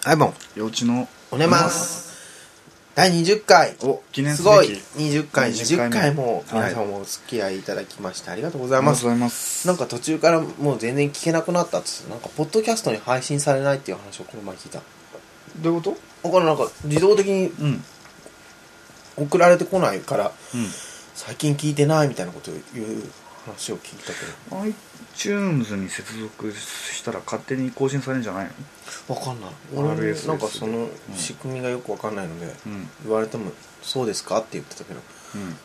はいもん幼稚のおねます第20回お記念すすべきごい20回20回も皆さんもお付き合いいただきましてありがとうございます。 ありがとうございます。 なんか途中からもう全然聞けなくなったっつってなんかポッドキャストに配信されないっていう話をこの前聞いた。 どういうこだからなんか自動的にと？うん送られてこないからうん最近聞いてないみたいなことを言う話を聞いたけど iTunes に接続したら勝手に更新されるんじゃないの？ わかんない。俺 RSS なんかその仕組みがよくわかんないので、 うん言われてもそうですかって言ってたけど、 うんだ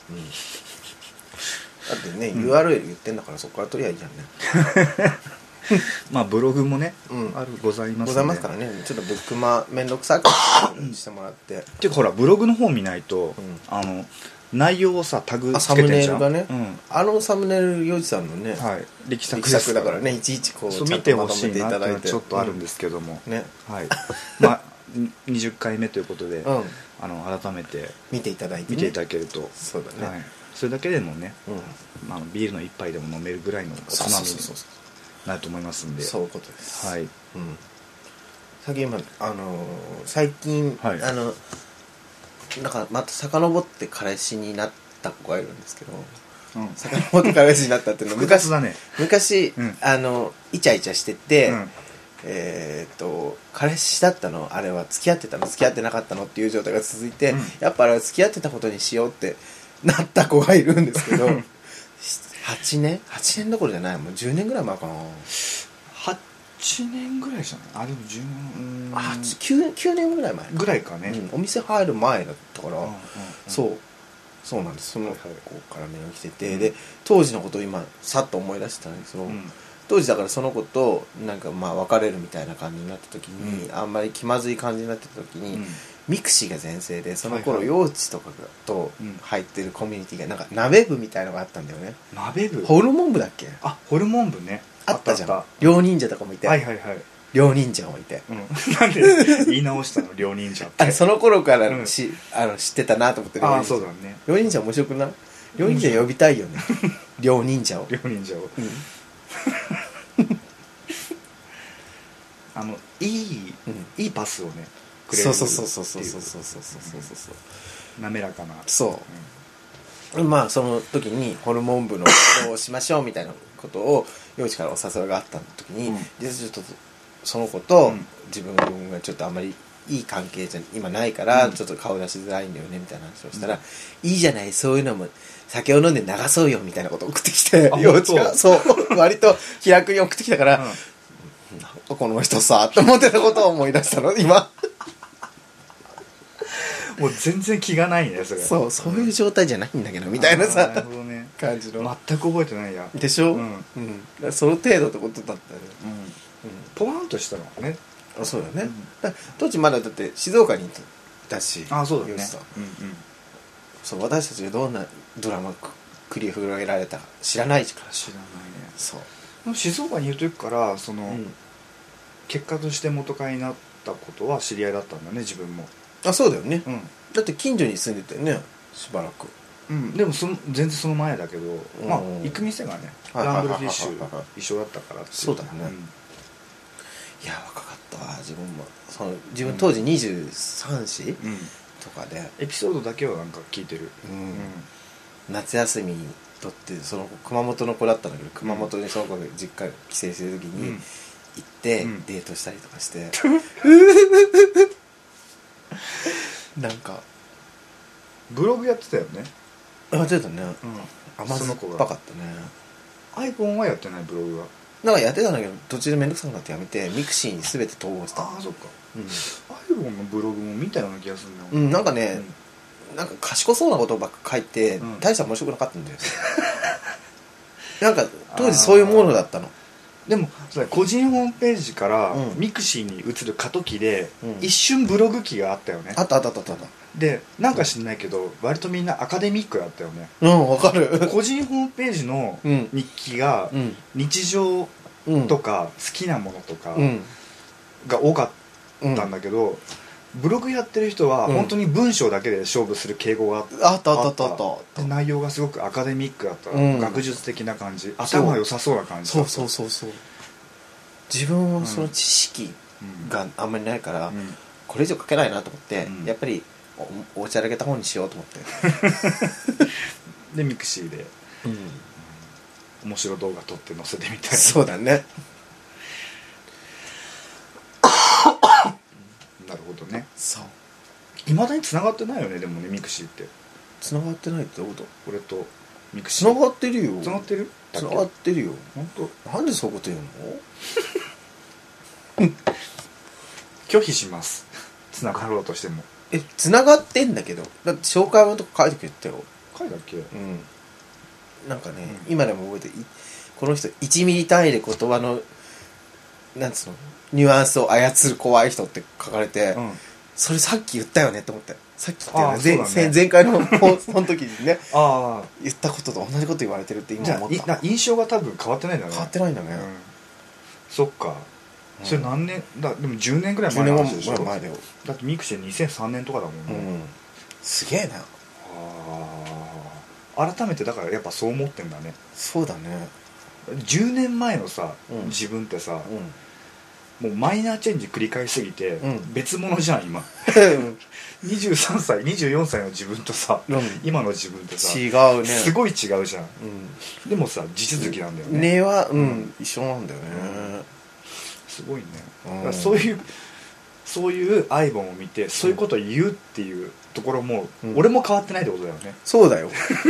ってね、URL 言ってんだからそこから取りゃいいじゃんね。 まあブログもね、 うんございますございますからね。ちょっとブックマめんどくさくしてもらってていうかほらブログの方見ないと、 うん内容をさタグつサムけてんじゃん。 ネイルがね、 うんあのサムネイルヨジさんのね、 はい力作力です作だからね、いちいちこうそうちゃん見てほしとまとめていいなっていうのはただいてちょっとあるんですけども、 ね、 はいまあ20回目ということで、 うん改めて見ていただいて、ね、 見ていただけると、 そうだね、 はい、それだけでもね、 うんビールの一杯でも飲めるぐらいのおつまみになると思いますんで、 そういうことです。 はい、 うん、最近、 はいなんかまた遡って彼氏になった子がいるんですけど、 うん、 遡って彼氏になったっていうの複雑だね。 昔、 うんイチャイチャしてて、 うん彼氏だったのあれは付き合ってたの付き合ってなかったのっていう状態が続いて、 うんやっぱあれは付き合ってたことにしようってなった子がいるんですけど8年どころじゃないもう10年ぐらい前かな。 8年ぐらいじゃない？あでも10年 9年ぐらい前ぐらいかね、 お店入る前だったから、 うんそうなんです。その子からメールが来てて、 うんで当時のことを今さっと思い出したんですけど、当時だからその子となんかまあ別れるみたいな感じになった時に、あんまり気まずい感じになってた時に、ミクシーが全盛でその頃、 はいはい幼稚とかと入ってるコミュニティがなんか鍋部みたいのがあったんだよね。 鍋部ホルモン部だっけ？ ホルモン部ねあったじゃん。 あった両忍者とかもいて、 はいはいはい、 両忍者もいて、 なんで言い直したの両忍者ってその頃からうん知ってたなと思って。 そうだね、 両忍者面白くない？両忍者呼びたいよね。両忍者を。 両忍者を、 うんいいパスをねくれるそう滑らかなそうまあその時にホルモン部のことをしましょうみたいなことを幼稚からお誘いがあった時に、実はちょっとその子と自分がちょっとあんまりいい関係じゃ今ないからちょっと顔出しづらいんだよねみたいな話をしたら、いいじゃないそういうのも酒を飲んで流そうよみたいなことを送ってきて、幼稚がそう割と気楽に送ってきたから、なんかこの人さと思ってたことを思い出したの今。 もう全然気がないねそれ。 そういう状態じゃないんだけどみたいなさ、 なるほどね、 感じの全く覚えてないやでしょ、その程度ってことだったね。 ポワンとしたのね。 そうだね、だ当時まだだって静岡にいたし、 そうだね、 そう私たちがどんなドラマ繰り広げられたか知らないから。 知らないね。 そうでも静岡にいる時からその、結果として元カノになったことは知り合いだったんだね自分も。 そうだよね、だって近所に住んでたよねしばらく。 でも全然その前だけど、行く店がねランブルフィッシュ一緒だったからって。 そうだね、いや若かったわ自分も。自分当時23歳、とかでエピソードだけはなんか聞いてる。 夏休みにとってその熊本の子だったんだけど、熊本にその子が実家帰省する時に行ってデートしたりとかしてなんかブログやってたよね。 やってたね。甘酸っぱかったね。 iPhone はやってないブログは。 なんかやってたんだけど途中でめんどくさくなってやめてミクシーに全て統合した。 そっか。iPhone のブログも見たような気がするんだよ。 なんかね、なんか賢そうなことばっか書いて、大した面白くなかったんだよ。なんか当時そういうものだったの。 でも個人ホームページからミクシーに移る過渡期で、一瞬ブログ期があったよね。 あったでなんか知んないけど割とみんなアカデミックだったよね。 わかる。 個人ホームページの日記が日常とか好きなものとかが多かったんだけど、ブログやってる人は本当に文章だけで勝負する傾向があったで内容がすごくアカデミックだった、学術的な感じ、頭良さそうな感じ。 そう自分はその知識があんまりないから、 うん、 これ以上書けないなと思って、 うん、 やっぱりおちゃらけた本にしようと思ってでミクシーで、 うん、 面白動画撮って載せてみたいな。 そうだねなるほどね。 そういまだに繋がってないよね。でもねミクシーって繋がってないってこと？ 俺とミクシー繋がってるよ。 繋がってる？ 繋がってるよ。 本当？ なんでそういうこと言うの？ 拒否します。繋がろうとしても。 繋がってんだけど、だって紹介文とか書いてくれたよ。 書いたっけ？ うん。なんかね、今でも覚えてる。この人1ミリ単位で言葉のなんつうのニュアンスを操る怖い人って書かれて、それさっき言ったよねと思って。さっき言ったよね。前回のその時にね言ったことと同じこと言われてるって今思った。 印象が多分変わってないんだね。 変わってないんだね。 そっか。それ何年だ？でも10年くらい前の話でしょ。 10年前だよ。 だってミクシー2003年とかだもんね。 すげえな。 改めてだからやっぱそう思ってんだね。 そうだね。 10年前のさ、自分ってさ、もうマイナーチェンジ繰り返しすぎて、別物じゃん今23歳24歳の自分とさ、今の自分ってさ違うね。 すごい違うじゃん、でもさ地続きなんだよね。 根は一緒なんだよね、 すごいね、だからそういうアイボンを見てそういうことを言うっていうところも、俺も変わってないってことだよね。 そうだよ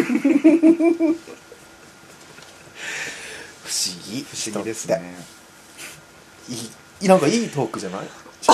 不思議ですね。 なんかいいトークじゃない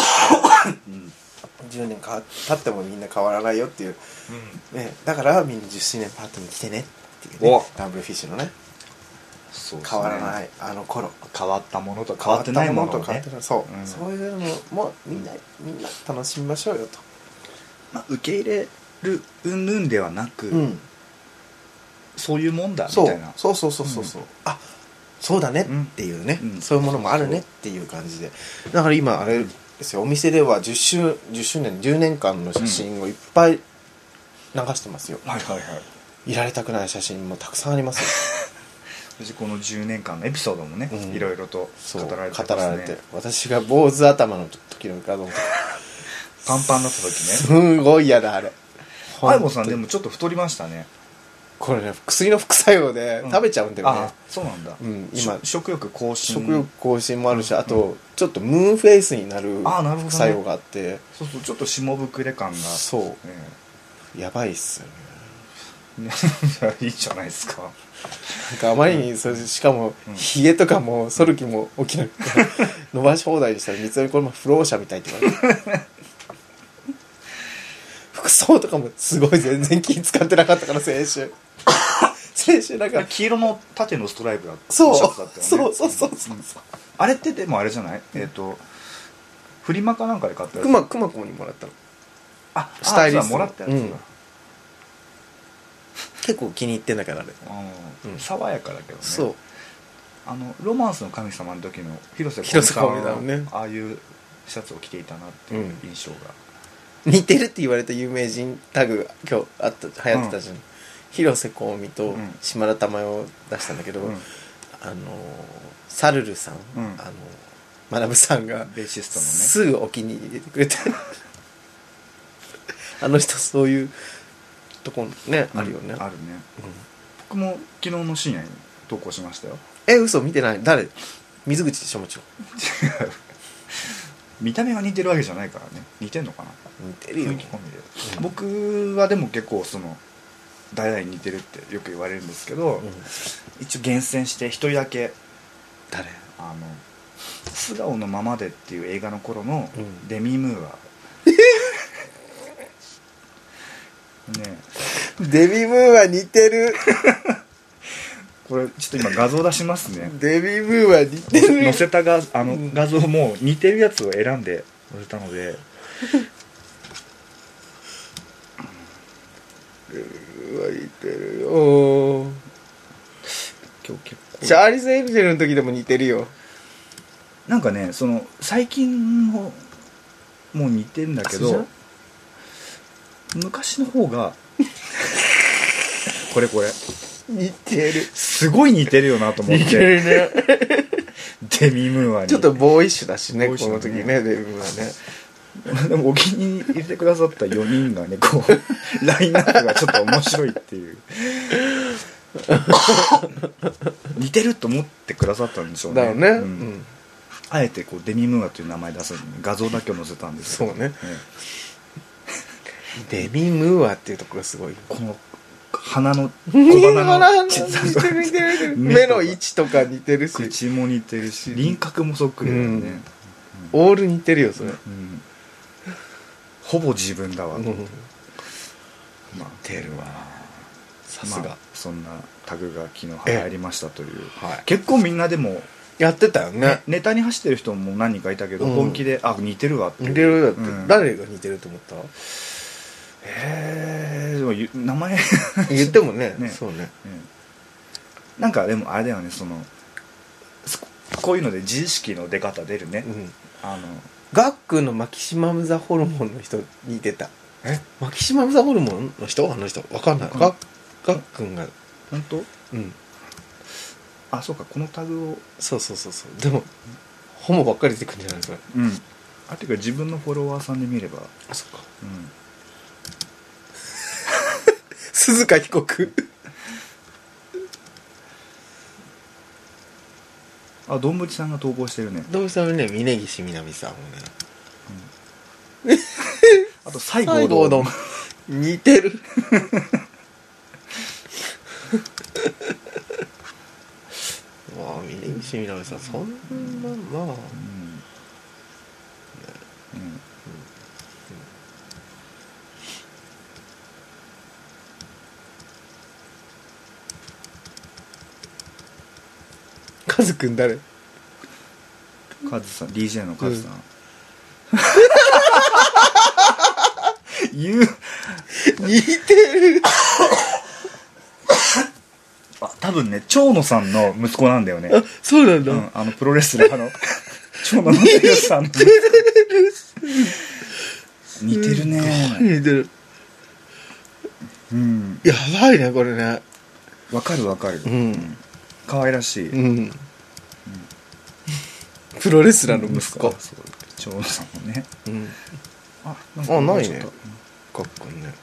10年経ってもみんな変わらないよっていう、ね、だからみんな10周年パーティーに来てねっていうね、ダブルフィッシュのね、そうですね、変わらないあの頃、 変わったものと変わってないものとね、 そういうのもみんな楽しみましょうよと、 受け入れる云々ではなく、そういうもんだみたいな、 そう、あ、そうだねっていうね、そういうものもあるねっていう感じで、だから今あれですよ、お店では10周年10年間の写真をいっぱい流してますよ。いられたくない写真もたくさんありますよ私この10年間のエピソードもね、いろいろと語られてますね。 語られて、私が坊主頭の時の画像パンパンだった時ね、 すごい嫌だあれ。 アイボさんでもちょっと太りましたね。 これね、薬の副作用で食べちゃうんだよね。 あ、そうなんだ。 今食欲更新もあるし、あとちょっとムーンフェイスになる副作用があって、 そうちょっと霜膨れ感が、 そうやばいっすよね。 いいじゃないですか。 なんかあまりにそれ、しかもヒゲとかも剃る気も起きなくて伸ばし放題にしたら三つ折りこれも不老者みたいって言われて服装とかもすごい全然気使ってなかったから、先週なんか黄色の縦のストライプだったシャツだったよね。 そうあれってでもあれじゃない、フリマかなんかで買ったやつ。 くまこにもらったの。 スタイリストもらったやつだ、 結構気に入ってんだけどあれ、 爽やかだけどね。 そう、 ロマンスの神様の時の広瀬香美さんはね、ああいうシャツを着ていたなっていう印象が、 似てるって言われた有名人タグが今日流行ってたじゃん、広瀬香美と島田珠代を出したんだけど、サルルさん、学さんがベーシストのね、 すぐお気に入り入れてくれてあの人そういうとこね、あるよね。 あるね、僕も昨日の深夜に投稿しましたよ。 嘘、見てない。誰？水口でしょ、もちろん。 違う見た目が似てるわけじゃないからね。似てんのかな。 似てるよ、 雰囲気込みで、僕はでも結構誰々に似てるってよく言われるんですけど、一応厳選して一人だけ、 誰？ 素顔のままでっていう映画の頃のデミ・ムーア、ね、 デミ・ムーア似てるこれちょっと今画像出しますね。 デミ・ムーア似てる。 載せた画像も似てるやつを選んで載せたので似てるよ。 今日結構チャーリーズ・エンジェルの時でも似てるよ。 なんかね、最近もう似てるんだけど、昔の方がこれ似てる。 すごい似てるよなと思って。 似てるねデミムーアにちょっとボーイッシュだしね、こボーイッシュだねの時ね、デミムーアね。 でもお気に入れてくださった4人がねこうラインナップがちょっと面白いっていう似てると思ってくださったんでしょうね。 だよね、 あえてこうデミムーアという名前出すのに画像だけを載せたんですけど、 そうね、デミムーアっていうところがすごい。 この鼻の小鼻の似てる似てる目の位置とか似てるし、 口も似てるし輪郭もそっくりだよね、 オール似てるよそれ、 ほぼ自分だわと、 似てるわ、さすが、 そんなタグが昨日流行りましたという、 はい、 結構みんなでもやってたよね。 ネタに走ってる人も何人かいたけど、本気で似てるわって似てるわって、誰が似てると思った？ でも名前言ってもねそうね、 なんかでもあれだよね、そのこういうので自意識の出方出るね、 ガックンのマキシマムザホルモンの人似てた。マキシマムザホルモンの人、あの人わかんない。ガックンが本当？そうか、このタグをそうでもホモばっかり出てくるんじゃないですか。 ていうか自分のフォロワーさんで見れば、 そっか、鈴鹿被告どんぶりさんが投稿してるね。 どんぶりさんはね、峯岸みなみさんもね、 あと西郷どん似てる峯岸みなみさんそんなカズくん誰？ カズさん、DJ のカズさん、似てる多分ね、長野さんの息子なんだよね。 そうなんだ、 プロレスラーの長野正義さんの似てるね。 似てる。やばいねこれね。 わかる可愛らしい、 プロレスラーの息子、 長野さんもね、 ないね、かっこいいね、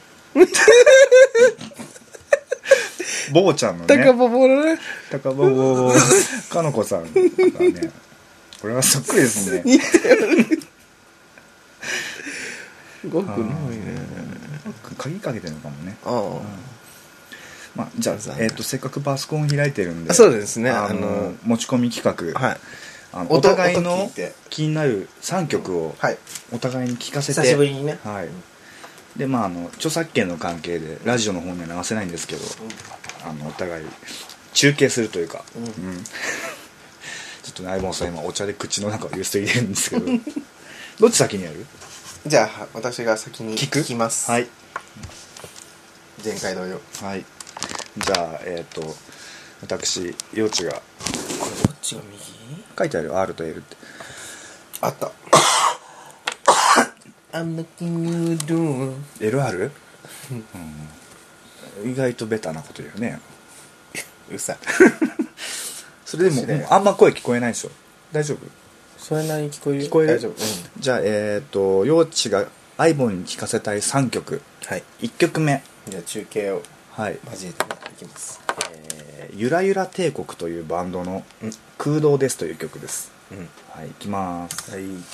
坊ちゃんのね、 高ボボね、 高ボボかのこさんがね、これはそっくりですね。 似てるごくないね。 鍵かけてるのかもね。じゃあ、せっかくパソコン開いてるんで、 そうですね、 持ち込み企画、お互いの気になる3曲をお互いに聞かせて、 久しぶりにね、 で著作権の関係でラジオの方には流せないんですけど、お互い中継するというか、ちょっとね、相棒さん今お茶で口の中をゆすいでるんですけどどっち先にやる？ じゃあ私が先に聞きます。前回同様。 じゃあ私幼稚が、これどっちが右？ 書いてあるよ、 R と L ってあったI'm making you do LR？ 意外とベタなこと言うね。 うさそれでもあんま声聞こえないでしょ？大丈夫？ それなりに聞こえる？ 聞こえる？ 大丈夫。 じゃあ幼稚が相棒に聴かせたい3曲、1曲目、 じゃあ中継を交えていきます。 ゆらゆら帝国というバンドの空洞ですという曲です。いきます。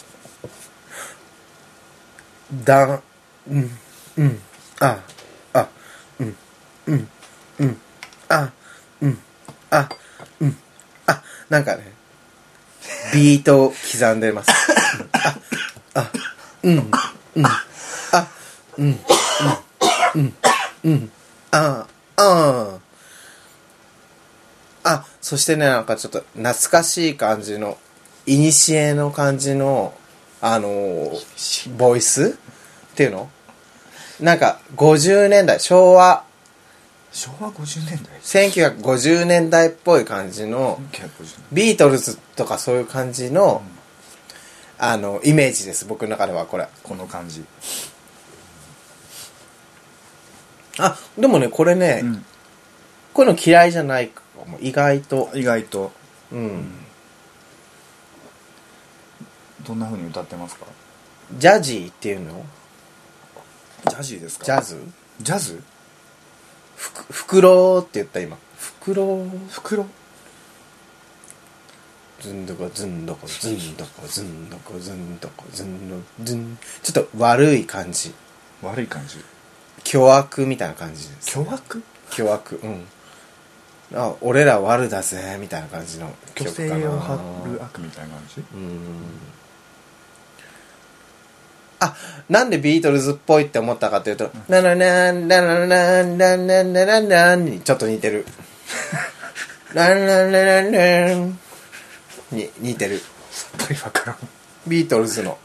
なんかねビートを刻んでますそしてね、なんかちょっと懐かしい感じの古の感じのボイスっていうの、なんか50年代昭和 50年代 1950年代っぽい感じのビートルズとかそういう感じの、イメージです、僕の中では。 この感じ。 でもねこれね、 こういうの嫌いじゃないかも、意外と。 どんな風に歌ってますか？ ジャジーっていうの？ ジャジーですか？ ジャズ？ ジャズ？ フクローって言った今。フクロー。 フクロ？ ズンドコズンドコズンドコズンドコズンドコズンドコズン、ちょっと悪い感じ。 悪い感じ。 巨悪みたいな感じです。 巨悪？ 巨悪、うん。あ、俺ら悪だぜみたいな感じの曲かな。虚勢を張る悪みたいな感じ？ あ、なんでビートルズっぽいって思ったかというと、ナナナンナナナンナナナナナンにちょっと似てる。ナナナナナンに似てる。 さっぱりわからん。 ビートルズの、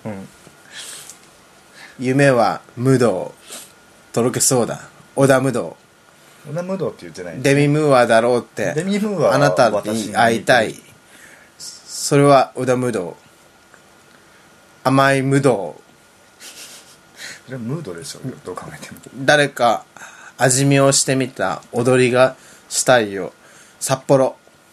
夢は無道、とろけそうだ、織田無道。 織田無道って言ってない、 デミムーアだろうって。 デミムーアはあなたに会いたい。それは織田無道。甘い無道。 それはムードでしょ、どう考えても。 誰か味見をしてみた踊りがしたいよ。札幌。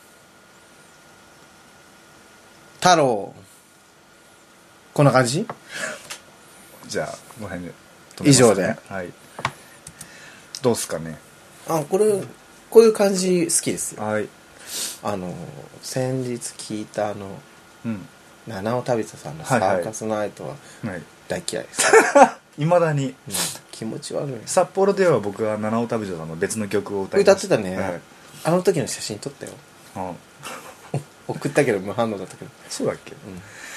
太郎。こんな感じ？ じゃあこの辺で、ね、 以上で、 はい。どうっすかね。 あ、こういう感じ好きですよ。 はい。 先日聞いた七尾旅人さんのサーカスナイトは大嫌いです。 いまだに、 気持ち悪い。 札幌では僕は七尾旅人さんの別の曲を歌いました。 歌ってたね、はい、あの時の写真撮ったよ。送ったけど無反応だったけど。 そうだっけ？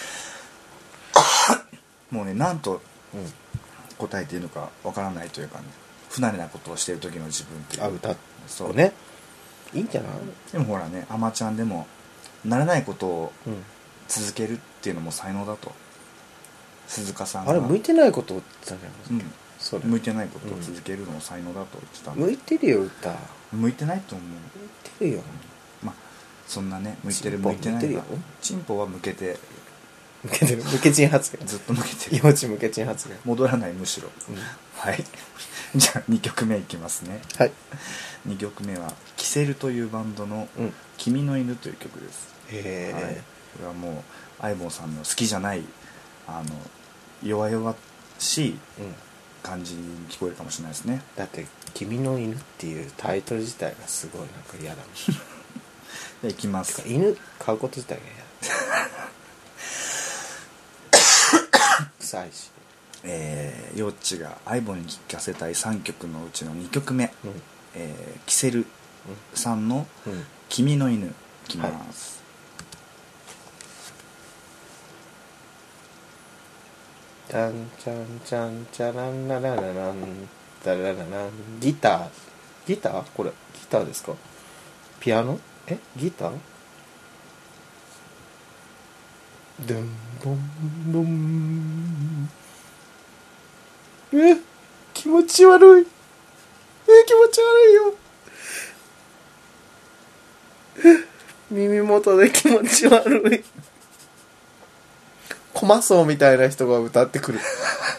もうね、なんと答えていいのかわからないというかね、不慣れなことをしている時の自分っていう。 あ、歌そうね、いいんじゃない？ でもほらね、アマちゃんでも慣れないことを続けるっていうのも才能だと、鈴鹿さんが。 あれ向いてないことを言ってたんじゃないですか。 向いてないことを続けるのも才能だと言ってた。 向いてるよ、歌。 向いてないと思う。 向いてるよ。 まあそんなね、向いてる向いてないが、チンポは向けてる、向けチン発言。 ずっと向けてる。 命向けチン発言。 戻らない、むしろ。はい。じゃあ2曲目いきますね。 はい。 2曲目はキセルというバンドの「君の犬」という曲です。 へえ、はい、 これはもう相棒さんの好きじゃない弱々しい感じに聞こえるかもしれないですね。 だって「君の犬」っていうタイトル自体がすごいなんか嫌だもん。じゃあいきます。 犬飼うこと自体が嫌だ。臭いし。 ヨッチが相棒に聴かせたい3曲のうちの2曲目、キセルさんの「君の犬」いきます。 チャンチャンチャンチャランラララランダラララン。ギターこれギターですか？ピアノ？ギター？ドンボンボン。気持ち悪い。気持ち悪いよ。耳元で気持ち悪い。コマソーみたいな人が歌ってくる。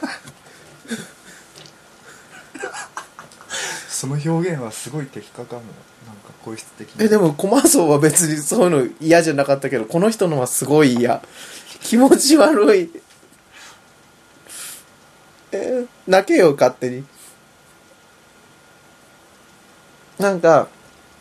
その表現はすごい的確かも。なんか声質的に。 でもコマソーは別にそういうの嫌じゃなかったけど、この人のはすごい嫌。気持ち悪い。泣けよ勝手に。なんか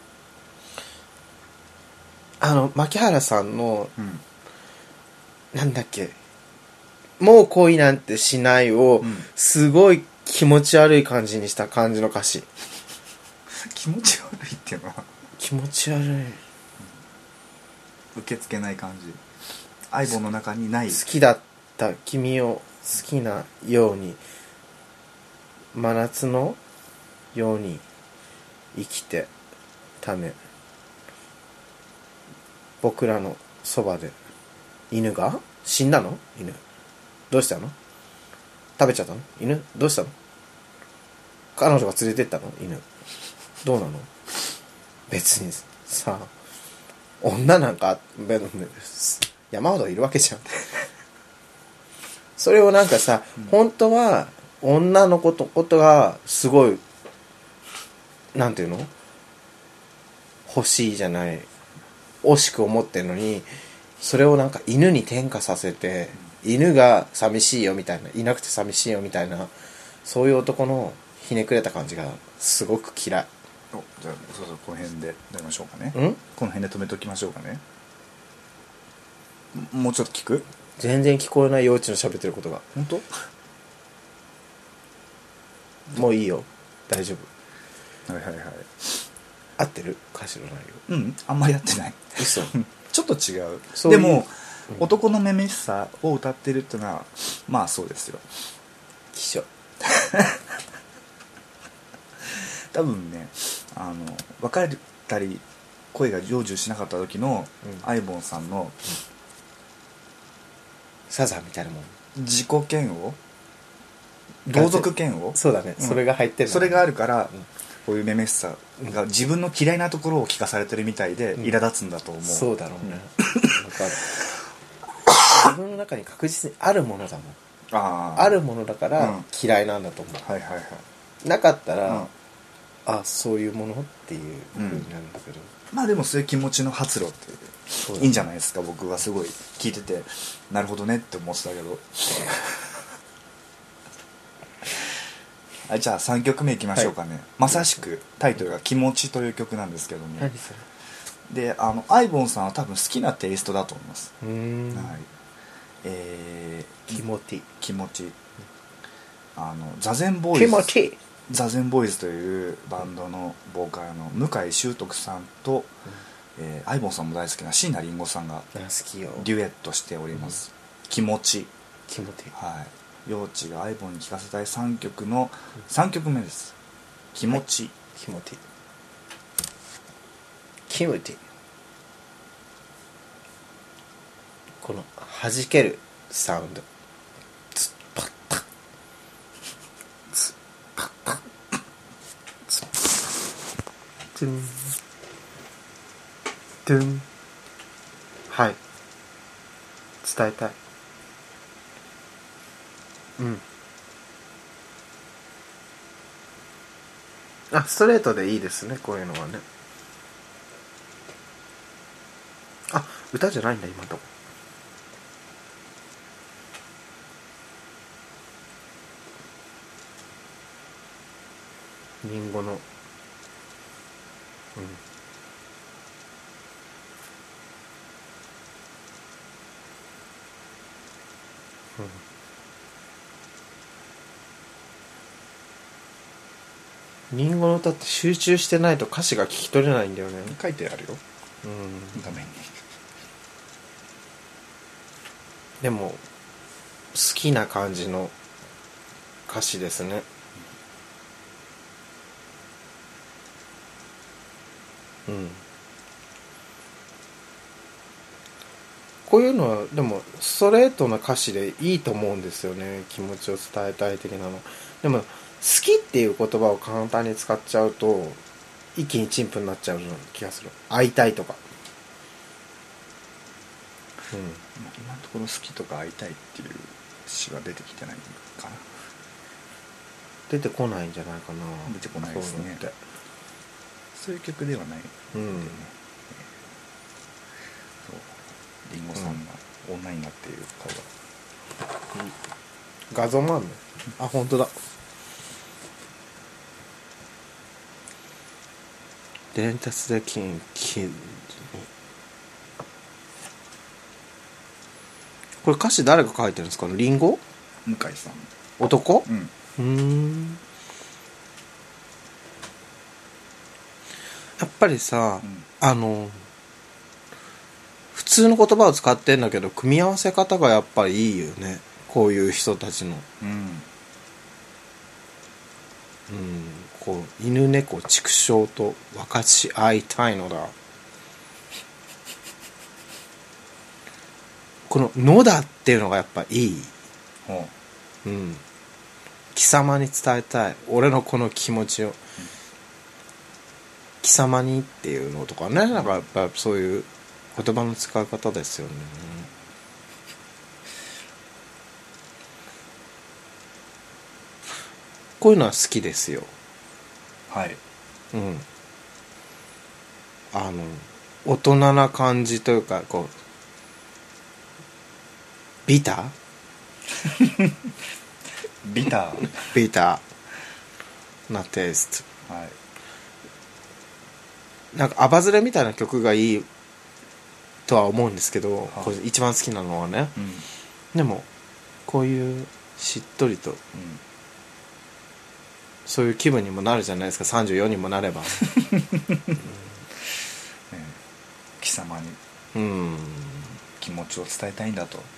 牧原さんの、なんだっけ、もう恋なんてしないを、すごい気持ち悪い感じにした感じの歌詞。 気持ち悪いっていうのは気持ち悪い、 受け付けない感じ。相棒の中にない。 好きだった君を好きなように、真夏のように生きてため、僕らのそばで。犬が死んだの？犬どうしたの？食べちゃったの？犬どうしたの？彼女が連れてったの？犬どうなの？別にさ、女なんか山ほどいるわけじゃん。それをなんかさ、本当は女のことがすごい、なんていうの、欲しいじゃない、惜しく思ってるのに、それをなんか犬に転嫁させて犬が寂しいよみたいな、いなくて寂しいよみたいな、そういう男のひねくれた感じがすごく嫌い。 じゃあそうそう、この辺で止めましょうかね。この辺で止めときましょうかね。もうちょっと聞く？ 全然聞こえない、幼稚の喋ってることが。 本当？ もういいよ、大丈夫。 はいはいはい。 合ってる歌詞の内容？ あんまり合ってない。 嘘。 ちょっと違う。 そういうでも、男のめめしさを歌ってるってのはまあそうですよ。 希少。 多分ね、別れたり恋が成就しなかった時のアイボンさんのサザンみたいなもん。 自己嫌悪、同族嫌悪、 そうだね、それが入ってる、 それがあるから、こういうめめしさが自分の嫌いなところを聞かされてるみたいで苛立つんだと思う。 そうだろうね。わかる。自分の中に確実にあるものだもん。あるものだから嫌いなんだと思う。 はいはいはい。 なかったら、そういうものっていう風になるんだけど、 まあでもそういう気持ちの発露っていいんじゃないですか。僕はすごい聞いててなるほどねって思ってたけど。じゃあ3曲目いきましょうかね。まさしくタイトルが「気持ち」という曲なんですけども、 何それ。 でアイボンさんは多分好きなテイストだと思います。はい、 気持ち気持ち、座禅ボーイズ、 気持ち座禅ボーイズというバンドのボーカルの向井秀徳さんと、アイボンさんも大好きな椎名林檎さんがデュエットしております。気持ち、 気持ち、 はい、幼稚がアイボンに聴かせたい3曲の3曲目です。気持ち、 気持ち、気持ち。この弾けるサウンド、ツッパッパッツッパッパッツットゥントゥン、はい、伝えたい。ストレートでいいですね、こういうのはね。歌じゃないんだ今のとこ。リンゴのリンゴの歌って集中してないと歌詞が聞き取れないんだよね。 書いてあるよ、画面に。 でも好きな感じの歌詞ですね。こういうのはでもストレートな歌詞でいいと思うんですよね。気持ちを伝えたい的なの。でも好きっていう言葉を簡単に使っちゃうと一気に陳腐になっちゃうような気がする。会いたいとか、 今のところ好きとか会いたいっていう詩は出てきてないかな。 出てこないんじゃないかな。 出てこないですね。そういう曲ではない、そうリンゴさんが女になっている顔が、 画像もあるの？本当だ。伝達できんこれ歌詞誰が書いてるんですか？リンゴ？ 向井さん。 男？やっぱりさ、普通の言葉を使ってんだけど組み合わせ方がやっぱりいいよね。こういう人たちのこう犬猫畜生と分かち合いたいのだ。この「のだ」っていうのがやっぱいい。貴様に伝えたい俺のこの気持ちを、貴様にっていうのとかね、なんかやっぱそういう言葉の使い方ですよね。こういうのは好きですよ。 はい。 大人な感じというか、こうビタビターなテイスト。はい。 なんかアバズレみたいな曲がいいとは思うんですけど、これ一番好きなのはね、でもこういうしっとりと、そういう気分にもなるじゃないですか、34にもなれば、 貴様に気持ちを伝えたいんだと。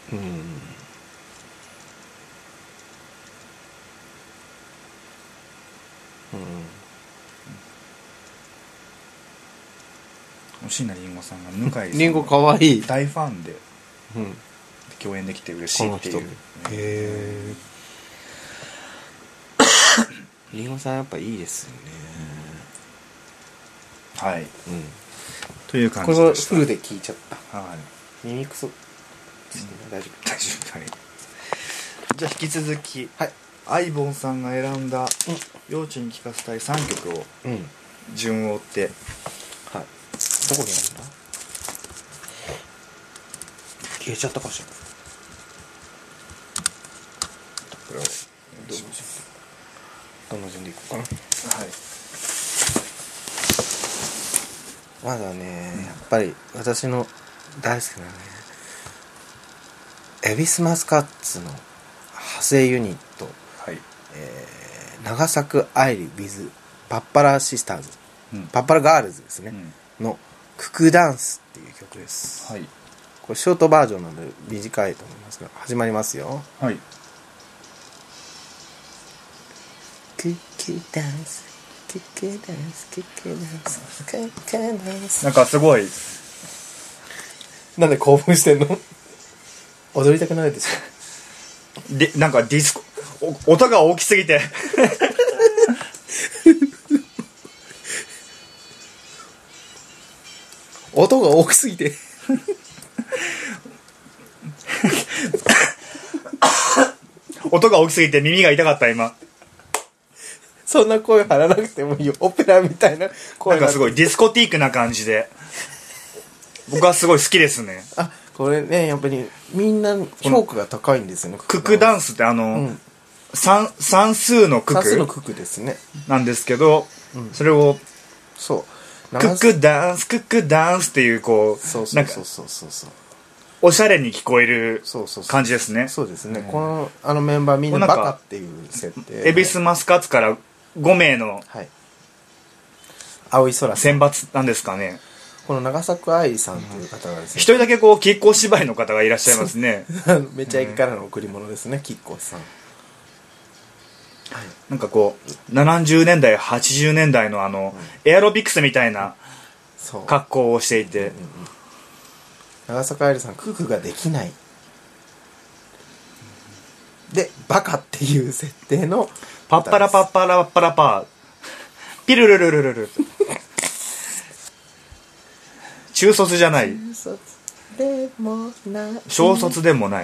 椎名林檎さんが向井さん林檎かわいい大ファンで、共演できて嬉しいっていう。 へえ。林檎さんやっぱいいですよね。 はい、という感じでした。 これフルで聞いちゃった。 はい、 耳クソ、大丈夫。 はい。じゃあ引き続き、 はい、 アイボンさんが選んだ幼稚に聴かせたい3曲を順を追って、 はい、どこにあるんだ。消えちゃったかしら。これをどの順でいこうかな。はい。まだね、やっぱり私の大好きなね、恵比寿マスカッツの派生ユニット、 はい、 長作愛理 with パッパラシスターズ、パッパラガールズですね、のククダンスっていう曲です。はい、これショートバージョンなので短いと思いますが、始まりますよ。はい。ククダンスククダンスククダンスククダンス。 なんかすごい、 なんで興奮してんの？踊りたくないでしょ。で、なんかディスコ、音が大きすぎて音が大きすぎて音が大きすぎて耳が痛かった今。 そんな声張らなくてもいいよ。オペラみたいな声。 なんかすごいディスコティークな感じで、僕はすごい好きですね。 あ、これね、やっぱりみんな評価が高いんですよね。 ククダンスって算数のクク、 算数のククですね。 なんですけど、それをそうククダンスククダンスっていうこう、なんかおしゃれに聞こえる感じですね。 そうですね。このメンバーみんなバカっていう設定。 恵比寿マスカッツから5名の青い空選抜なんですかね。 この長作愛さんという方がですね、 一人だけこう亀甲芝居の方がいらっしゃいますね。 めちゃイケからの贈り物ですね、亀甲さん。 なんかこう70年代80年代のエアロビクスみたいな格好をしていて、 長作愛理さんククができないでバカっていう設定のパッパラパッパラパラパーピルルルルルル中卒じゃない、小卒でもない、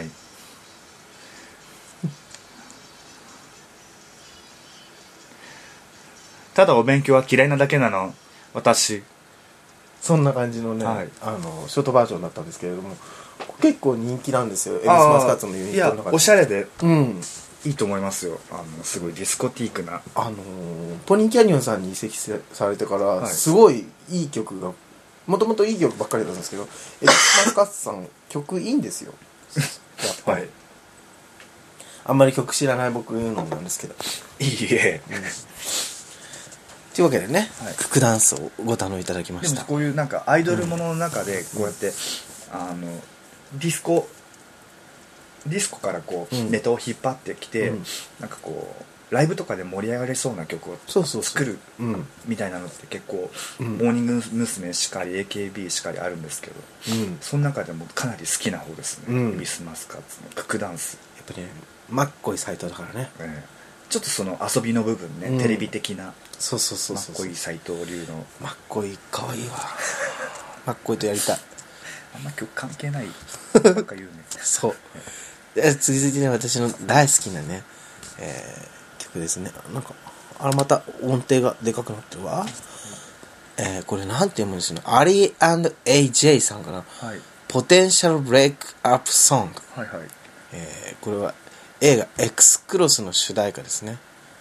ただお勉強は嫌いなだけなの私。 そんな感じのね、ショートバージョンだったんですけれども、結構人気なんですよ、恵比寿マスカッツのユニットの中で。 いやおしゃれで、いいと思いますよ。すごいディスコティークな、 ポニーキャニオンさんに移籍されてから、すごいいい曲が、もともといい曲ばっかりだったんですけど、恵比寿マスカッツさん曲いいんですよやっぱり、あんまり曲知らない僕言うのなんですけど、 いいえ、 というわけでね、ククダンスをご堪能いただきました。 でもこういうなんかアイドルものの中でこうやって、ディスコからこう、ネタを引っ張ってきて、なんかこうライブとかで盛り上がれそうな曲を作るみたいなのって結構、モーニング娘。しかり AKB しかりあるんですけど、その中でもかなり好きな方ですね、恵比寿マスカッツのククダンス。 やっぱりね、マッコイ斎藤だからね、 ちょっとその遊びの部分ね、テレビ的な、 そうマッコイ斎藤流のマッコイかわいいわマッコイとやりたい。 あんま曲関係ないばっか言うねそう続いてね、私の大好きなね、曲ですね。なんかまた音程がでかくなってるわ。これなんて読むんですよね。アリー& AJ さんかな、ポテンシャルブレイクアップソング。これは映画 X クロスの主題歌ですね。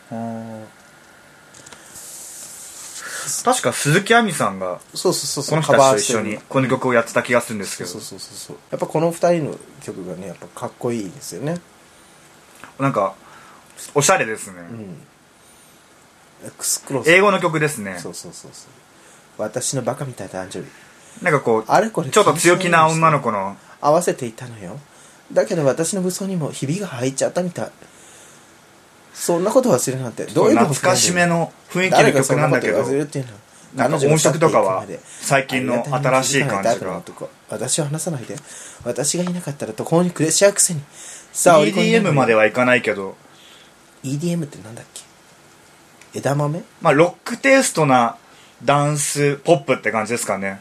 確か鈴木亜美さんがそうそうそうこの人たちと一緒にこの曲をやってた気がするんですけど、 そうそうそうそう、やっぱこの2人の曲がねやっぱかっこいいですよね。 なんかおしゃれですね、 X クロス英語の曲ですね。 そうそうそうそう、私のバカみたいな誕生日、 なんかこうあれこれちょっと強気な女の子の合わせていたのよ。だけど私の武装にもひびが入っちゃったみたい。そんなこと忘れるなんてどういう懐かしめの雰囲気の曲なんだけど、 忘れるっていうのなんか音色とかは最近の新しい感じが。 私を話さないで、私がいなかったら途方に暮れちゃうくせにさあ EDM まではいかないけど、 EDM ってなんだっけ、枝豆、 まあロックテイストなダンスポップって感じですかね。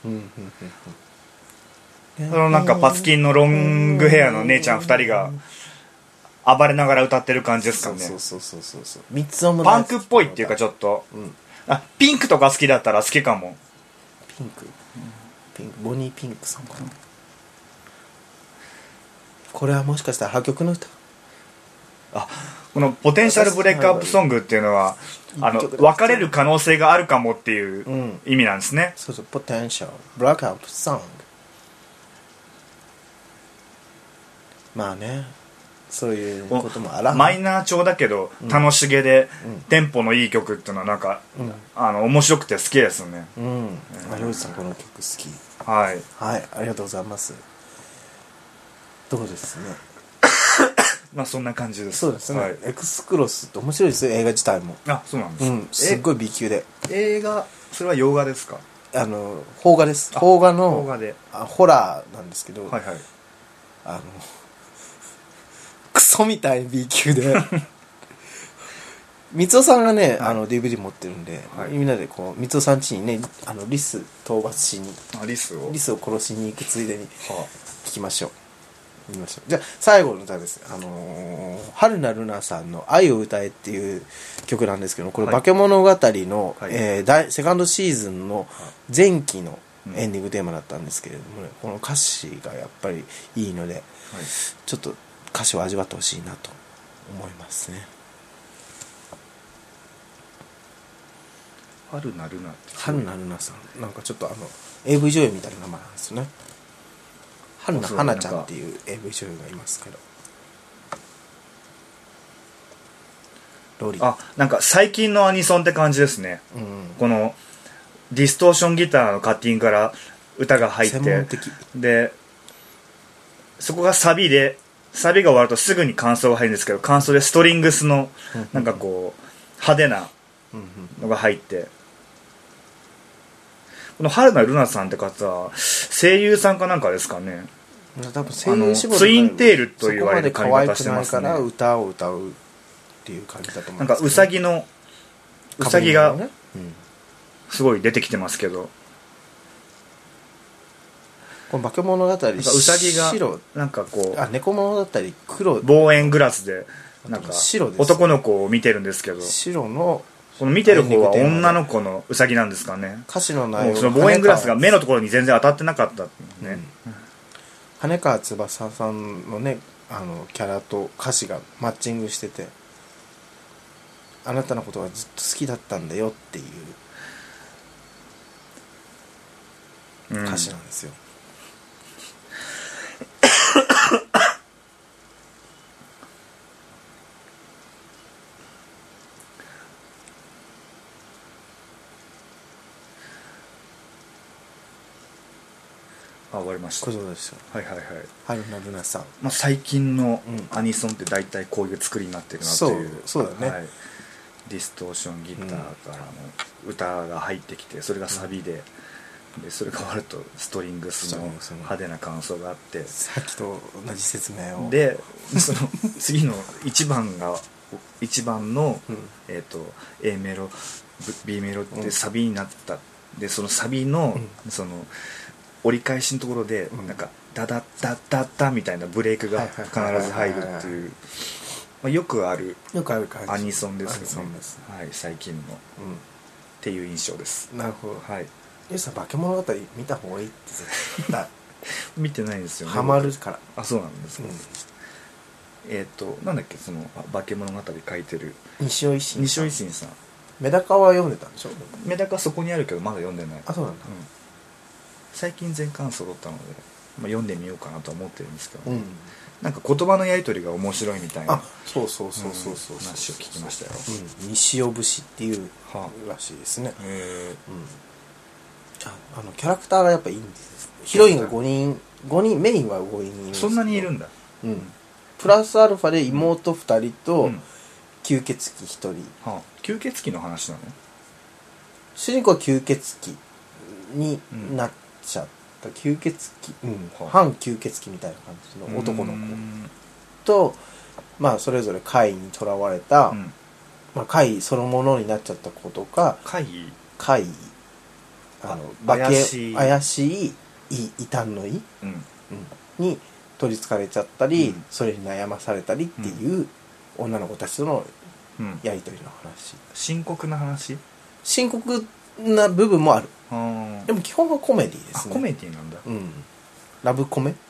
そのなんかパツキンのロングヘアの姉ちゃん2人が暴れながら歌ってる感じですかね。 そうそうそうそうそう、三つ音もパンクっぽいっていうかちょっと、あ、ピンクとか好きだったら好きかも。 ピンク、ピンク、ボニーピンクさんかな。これはもしかしたら破局の歌。 あ、このポテンシャルブレイクアップソングっていうのは別れる可能性があるかもっていう意味なんですね。 そうそう、ポテンシャルブレイクアップソング。まあね、そういうこともあらん。 マイナー調だけど楽しげで、テンポのいい曲っていうのはなんか、面白くて好きですよね。 洋二さんこの曲好き。 はいはい、ありがとうございます。どうですね。 まあそんな感じです。 そうですね、 はい、 X クロスって面白いですよ、映画自体も。 あ、そうなんです、 すっごい B 級で。 映画、それは洋画ですか？ 邦画です。邦画の邦画でホラーなんですけど、 はいはい、 クソみたいに B 級で三尾さんがね、DVD 持ってるんで、みんなでこう三尾さん家にね、リス討伐しに、リスを殺しに行くついでに聞きましょう。じゃあ最後の歌です。春名ルナさんの「愛を歌え」っていう曲なんですけど、これ化け物語の、セカンドシーズンの前期のエンディングテーマだったんですけれどもね、この歌詞がやっぱりいいので、ちょっと歌詞を味わってほしいなと思いますね。 春名ルナって春名ルナさん、なんかちょっとAV 女優みたいな名前なんですよね。春名花ちゃんっていう AV 女優がいますけど、ロリ。 あ、なんか最近のアニソンって感じですね、このディストーションギターのカッティングから歌が入って、でそこがサビで、サビが終わるとすぐに間奏が入るんですけど、間奏でストリングスのなんかこう派手なのが入って、この春名ルナさんって方は声優さんかなんかですかね。 多分声優志望ツインテールと言われる髪型してますね。 そこまで可愛くないから歌を歌うっていう感じだと思うんですけど、なんかウサギがすごい出てきてますけど、 この化け物語ウサギがなんかこう猫物語黒望遠グラスでなんか白です、 男の子を見てるんですけど、 白のこの見てる方は女の子のウサギなんですかね。 歌詞の内容、 その望遠グラスが目のところに全然当たってなかったね、 羽川翼さんのね、キャラと歌詞がマッチングしてて、あなたのことがずっと好きだったんだよっていう歌詞なんですよ、 終わりました。 そうですよ。 はいはいはい。 春名ルナさん、 まあ、最近のアニソンって大体こういう作りになってるなという、 そうだね、 はい、ディストーションギターからの歌が入ってきて、それがサビで、でそれが終わるとストリングスの派手な感想があって、 さっきと同じ説明をでその次の1番の、A メロ B メロってサビになった、でそのサビの、その折り返しのところで、なんかダダッダッダッダみたいなブレイクが必ず入るっていう、よくあるアニソンですよね。はい、最近の、っていう印象です。 なるほど。 はい。 ゆうさん化け物語見た方がいいって絶対見てないんですよね。 ハマるから。 あ、そうなんですか。 なんだっけその化け物語書いてる西尾維新さん。 メダカは読んでたんでしょ。 メダカそこにあるけどまだ読んでない。 あ、そうなんだ、 最近全巻揃ったので、読んでみようかなと思ってるんですけど、 うん、 なんか言葉のやり取りが面白いみたいな。 あ、そう話を聞きましたよ。 西尾節っていうらしいですね。キャラクターがやっぱいいんですよ。ヒロインが5人、メインは5人いるんです。 そんなにいるんだ。 プラスアルファで妹2人と吸血鬼1人、 吸血鬼の話なの？ 主人公は吸血鬼になっちゃった、吸血鬼、反吸血鬼みたいな感じの男の子と、それぞれ怪異にとらわれた、怪異そのものになっちゃった子とか、怪異怪しい異端の異、に取りつかれちゃったり、それに悩まされたりっていう女の子たちとのやり取りの話。 深刻な話？ 深刻な部分もある。でも基本はコメディですね。 コメディなんだ。 ラブコメ。だ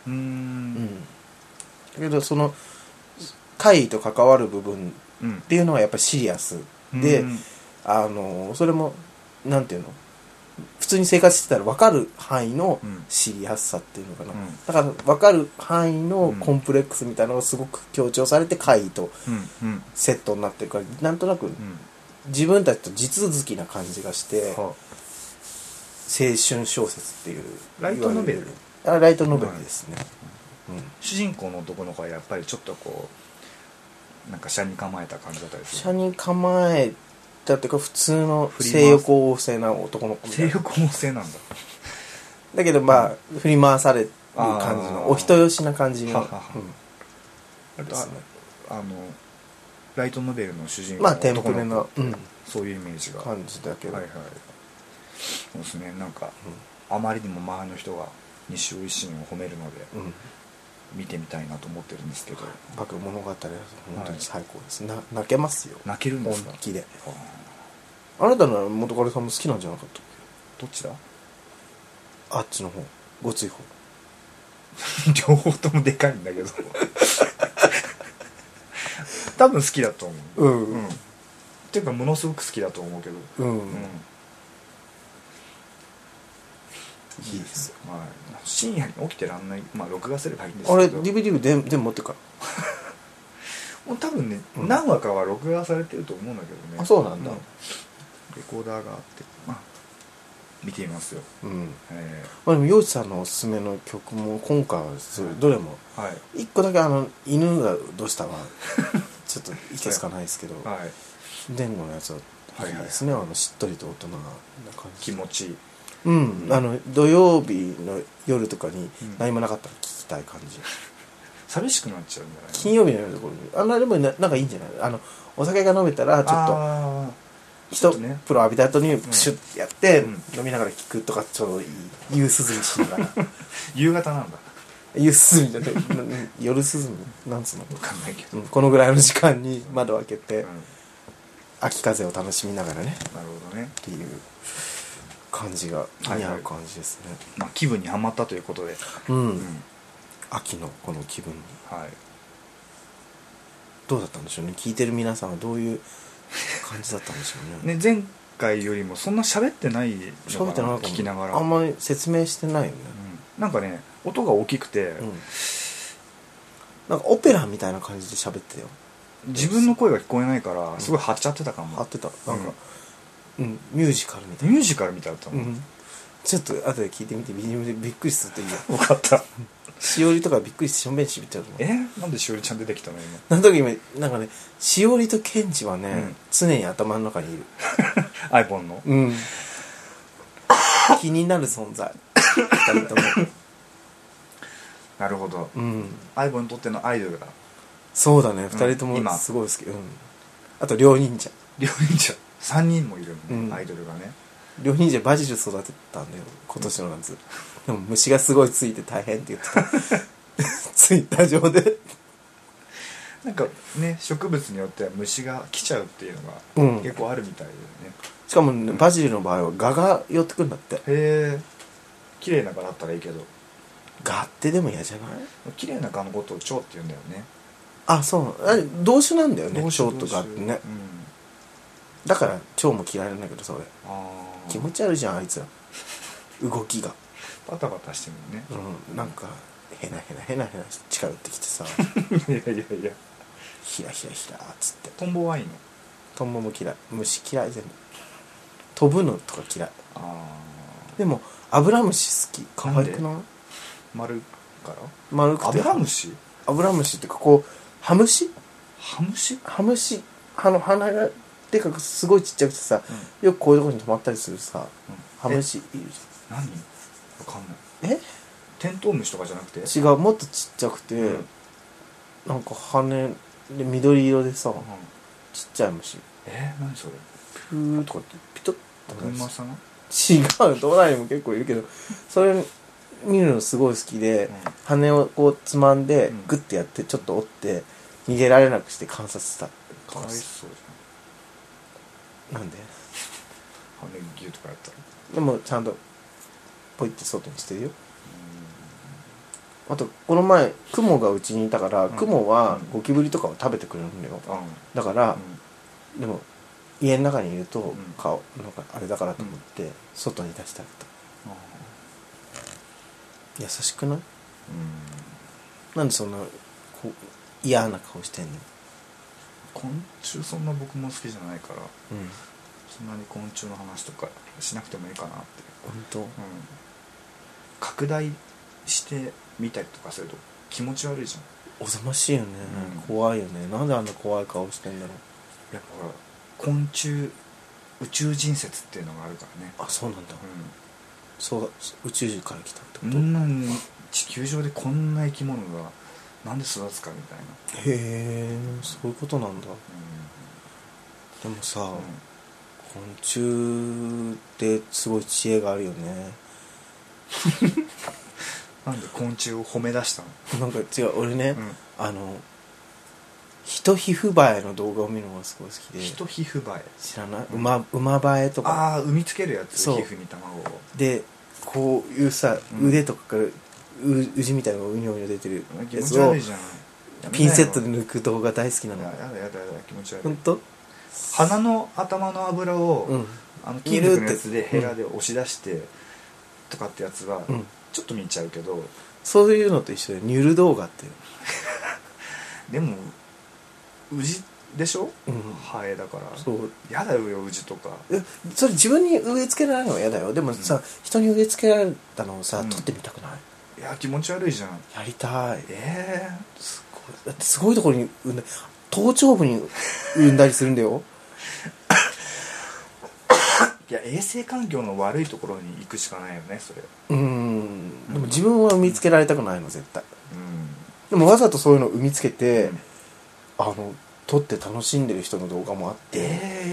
けどその怪異と関わる部分っていうのはやっぱりシリアスで、それもなんていうの、普通に生活してたら分かる範囲のシリアスさっていうのかな、だから分かる範囲のコンプレックスみたいなのがすごく強調されて怪異とセットになってるから、なんとなく自分たちと地続きな感じがして、青春小説っていうライトノベル？ ライトノベルですね。 主人公の男の子はやっぱりちょっとこうなんか斜に構えた感じだったりする？ 斜に構えたっていうか普通の性欲旺盛な男の子みたいな。 性欲旺盛なんだ。 だけど振り回される感じのお人よしな感じの。ですね。 ライトノベルの主人公のテンプレな、 そういうイメージが感じだけど、 そうですね。なんか、あまりにも周りの人が西尾維新を褒めるので、見てみたいなと思ってるんですけど、 化け物語は本当に最高です。泣けますよ。 泣けるんですか？ 本気で。あなたの元彼さんも好きなんじゃなかったっけ？どっちだ？ あっちの方、ごつい方。 両方ともでかいんだけど多分好きだと思う。っていうかものすごく好きだと思うけど、いいですよ。深夜に起きてらんない。録画すればいいんですけど、 あれ DVD 全部持ってからもう多分ね、何話かは録画されてると思うんだけどね。 あ、そうなんだ。 レコーダーがあって、見てみますよ。 でも陽一さんのおすすめの曲も今回はどれも一個だけ犬がどうしたはちょっといけつかないですけど、前後のやつはいいですね。しっとりと大人な感じ、 気持ちいい。 土曜日の夜とかに何もなかったら聴きたい感じ。 寂しくなっちゃうんじゃない？ 金曜日の夜ところでもなんかいいんじゃない？お酒が飲めたらちょっとプロ浴びた後にプシュッてやって飲みながら聴くとかちょうどいい。夕涼みしながら夕方なんだ。 夕涼みじゃない夜涼みなんつうの分かんないけど、 このぐらいの時間に窓を開けて秋風を楽しみながらね。 なるほどね。 っていう感じが似合う感じですね。 気分にはまったということで、 秋のこの気分に、どうだったんでしょうね。聞いてる皆さんはどういう感じだったんでしょうね。 前回よりもそんな喋ってないのかな、聞きながら。 あんまり説明してないよね。 なんかね、音が大きくて、 なんかオペラみたいな感じで喋ってたよ。 自分の声が聞こえないからすごい張っちゃってたかも。 張ってた。なんかミュージカルみたいな。ミュージカルみたいだったの。 ちょっと後で聞いてみて、びっくりするといいよ。 分かった。 しおりとかびっくりしてしょんべんしびっちゃうの。 なんでしおりちゃん出てきたの今。 なんとか今なんかね、しおりとケンジはね、常に頭の中にいる。 iPhone の。 気になる存在。二人とも。 なるほど。iPhone にとってのアイドルだ。 そうだね。二人ともすごい好き。あと両忍者。 両忍者。3人もいるの、アイドルがね。 両忍者バジル育てたんだよ今年の夏。でも虫がすごいついて大変って言ってたツイッター上でなんかね、植物によっては虫が来ちゃうっていうのが結構あるみたいだよね。 しかもね、バジルの場合は蛾が寄ってくるんだって。へえ。綺麗な蛾だったらいいけど、 蛾ってでも嫌じゃない？ 綺麗な蛾のことを蝶って言うんだよね。 あ、そうあれ動詞なんだよね、 動詞蝶とかってね、 うん、 だから蝶も嫌いなんだけどさ俺あ気持ち悪いじゃんあいつら動きがバタバタしてるね、 なんかヘナヘナ近寄ってきてさいやいやいやヒラヒラヒラっつってトンボはいいの？ トンボも嫌い、虫嫌い全部、飛ぶのとか嫌い。でもアブラムシ好き、可愛くない？ 丸から丸くてアブラムシ？ アブラムシってこうハムシハムシ？ ハムシ鼻がでかくすごいちっちゃくてさ、よくこういうとこに止まったりするさ、ハムシいるじ何？わかんない。 ゃん。 テントウムシとかじゃなくて？ 違う、もっとちっちゃくて、なんか羽で緑色でさ、ちっちゃい虫。 何それ？ プーとかってピトッと群馬さん？ 違う、都内にも結構いるけど、それ見るのすごい好きで、羽をこうつまんでグッてやってちょっと折って逃げられなくして観察した。 かわいそうじゃん。なんで？ 羽ギュとかやったら。 でもちゃんとポイって外にしてるよ。あとこの前クモがうちにいたから、クモはゴキブリとかを食べてくれるんだよ、だから、でも家の中にいると顔なんかあれだからと思って外に出してあげた。優しくない？なんでそんなこう嫌な顔してんの？ 昆虫そんな僕も好きじゃないから、そんなに昆虫の話とかしなくてもいいかなって。 本当？ 拡大して見たりとかすると気持ち悪いじゃん。 おぞましいよね、怖いよね。なんであんな怖い顔してんだろう。 やっぱほら昆虫宇宙人説っていうのがあるからね。 あ、そうなんだ。そう宇宙人から来たってこと？ 地球上でこんな生き物がなんで育つかみたいな。 へえ、そういうことなんだ。でもさ、昆虫ってすごい知恵があるよね。 なんで昆虫を褒め出したの？ なんか違う、俺ね、人皮膚映えの動画を見るのがすごい好きで。 人皮膚映え知らない？馬映えとか。 ああ、産みつけるやつ、皮膚に卵を。 でこういうさ、腕とかからうじみたいなのがうにょうにょ出てるやつをピンセットで抜く動画大好きなの。 やだ気持ち悪い。 本当？ 鼻の頭の油を、金属のやつでヘラで押し出して、とかってやつは、ちょっと見ちゃうけど、 そういうのと一緒でニュル動画ってでもウジでしょ、ハエだから。 そうやだよウジとか。 それ自分に植え付けられるのは嫌だよ。でもさ、人に植え付けられたのをさ、撮ってみたくない？ いや気持ち悪いじゃん。 やりたい。 すごい。 だってすごいところに産んだ、頭頂部に産んだりするんだよ。 いや衛生環境の悪いところに行くしかないよね、それ。 でも自分は産みつけられたくないの絶対。でもわざとそういうのを産みつけて、撮って楽しんでる人の動画もあって、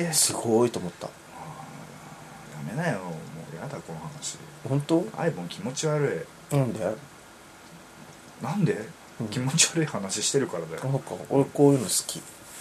すごいと思った。 やめなよ、もうやだこの話。 本当？ アイボン気持ち悪い。なんで？ 気持ち悪い話してるからだよ。 なんか俺こういうの好き。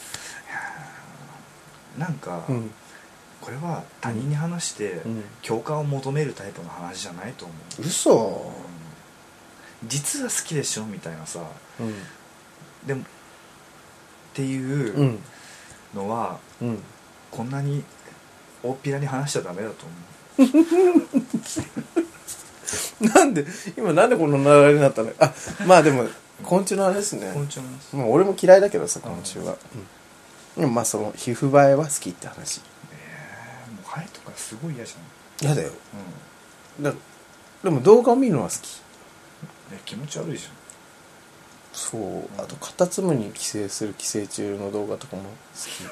なんか、これは他人に話して共感を求めるタイプの話じゃないと思う。 嘘？ 実は好きでしょみたいなさ、でもっていうのは、こんなに大っぴらに話しちゃダメだと思う。なんでこの流れになったの？まあでも昆虫のあれですね。 昆虫の話。 もう俺も嫌いだけどさ、昆虫は。でもまあその皮膚映えは好きって話。 もうハエとかすごい嫌じゃん。嫌だよ。でも動画を見るのは好き。 気持ち悪いじゃん。 そう。あとカタツムリに寄生する寄生虫の動画とかも好き。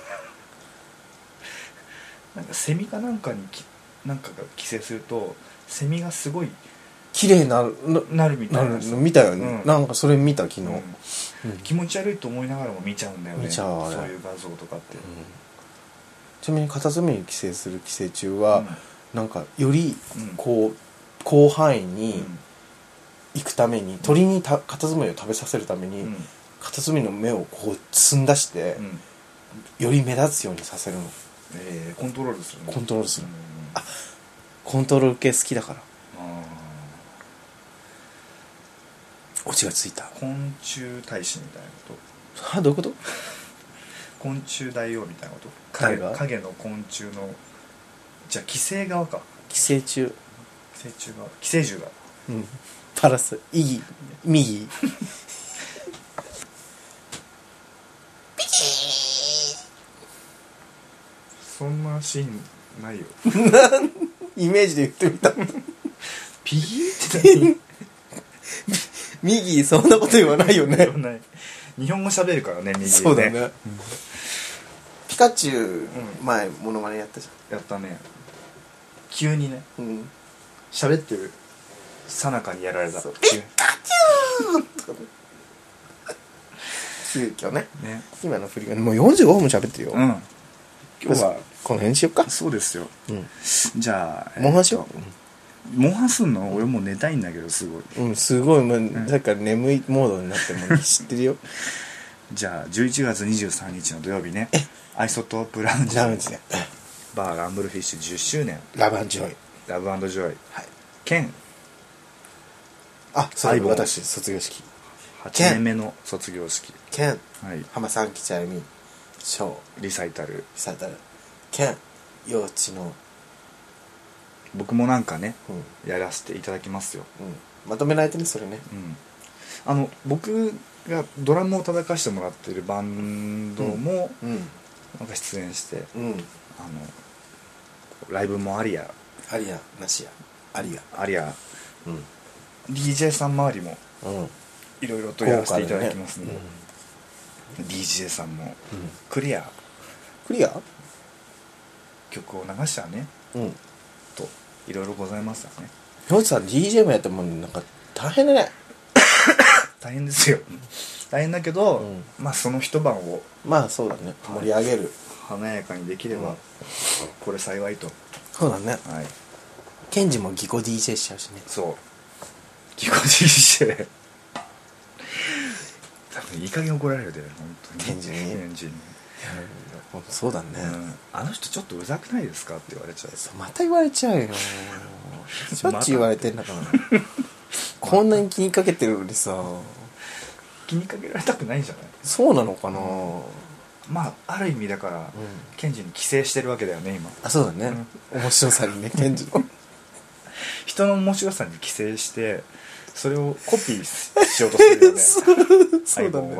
なんかセミかなんかになんかが寄生するとセミがすごい綺麗になるみたいなの見たよね。なんかそれ見た昨日。 気持ち悪いと思いながらも見ちゃうんだよね。 見ちゃう。 そういう画像とかって。 ちなみにカタツムリに寄生する寄生虫はなんかよりこう広範囲に行くために、鳥にカタツムリを食べさせるために、カタツムリの目をこう積んだして、より目立つようにさせるの。 コントロールするの。 コントロールする。コントロール系好きだから。オチがついた。 昆虫大使みたいなこと。 どういうこと？ 昆虫大王みたいなこと？影の昆虫の、じゃあ寄生側か。 寄生虫側、寄生獣だ。 パラス右ピキー。 そんなシーンないよ。 イメージで言ってみた。 ピギーって何？ 右そんなこと言わないよね。 言わない。日本語喋るからね、右ね。 そうだね。ピカチュウ前モノマネやったじゃん。やったね。急にね。喋ってるさなかにやられた。ピカチュウ。 急遽ね。今の振りがもう45分も喋ってるよ。 今日はこの辺にしよっか。 そうですよ。じゃあモンハンしよう。モンハンすんの？俺もう寝たいんだけど、すごい。 すごいもうだから眠いモードになっても知ってるよ。 じゃあ11月23日の土曜日ね、アイソトープラウンジでバーランブルフィッシュ10周年ラブ&ジョイ兼そう私卒業式 8年目の卒業式兼浜三吉あゆみショーリサイタル兼幼稚の僕もなんかね、やらせていただきますよ。 まとめないとね、それね。 僕がドラムを叩かしてもらってるバンドもなんか出演して、ライブもありやなしやありや、 DJ さん周りもいろいろとやらせていただきますので、DJ さんもクリア曲を流したね、といろいろございますよね。 ひょうちさん DJ もやってもなんか大変だね。 大変ですよ。大変だけど、まあその一晩をそうだね、盛り上げる、 華やかにできればこれ幸いと。 そうだね。ケンジもギコ DJ しちゃうしね。 そう、ギコ DJ 多分いい加減怒られるで、本当にケンジにそうだね、 あの人ちょっとうざくないですかって言われちゃう。 また言われちゃうよ。しょっちゅう言われてんだからこんなに気にかけてるのにさ。 気にかけられたくないんじゃない？ そうなのかな。 まあある意味だから、ケンジに寄生してるわけだよね今。 そうだね、面白さにね、ケンジの人の面白さに寄生してそれをコピーしようとするよね。 そうだね。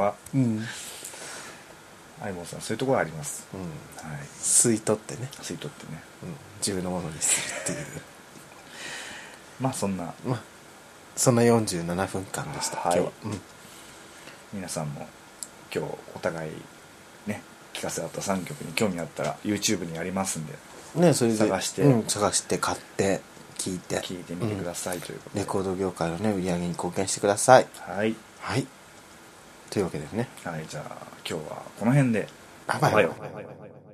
アイボンさんそういうところあります。 吸い取ってね、自分のものにするっていうまあそんな 47分間でした、今日は。 皆さんも今日お互いね聴かせ合った3曲に興味あったら YouTube にありますんでね、それで探して買って聴いてみてくださいということで、 レコード業界のね売り上げに貢献してください。はいというわけでね、 じゃあ今日はこの辺で。 バイバイ。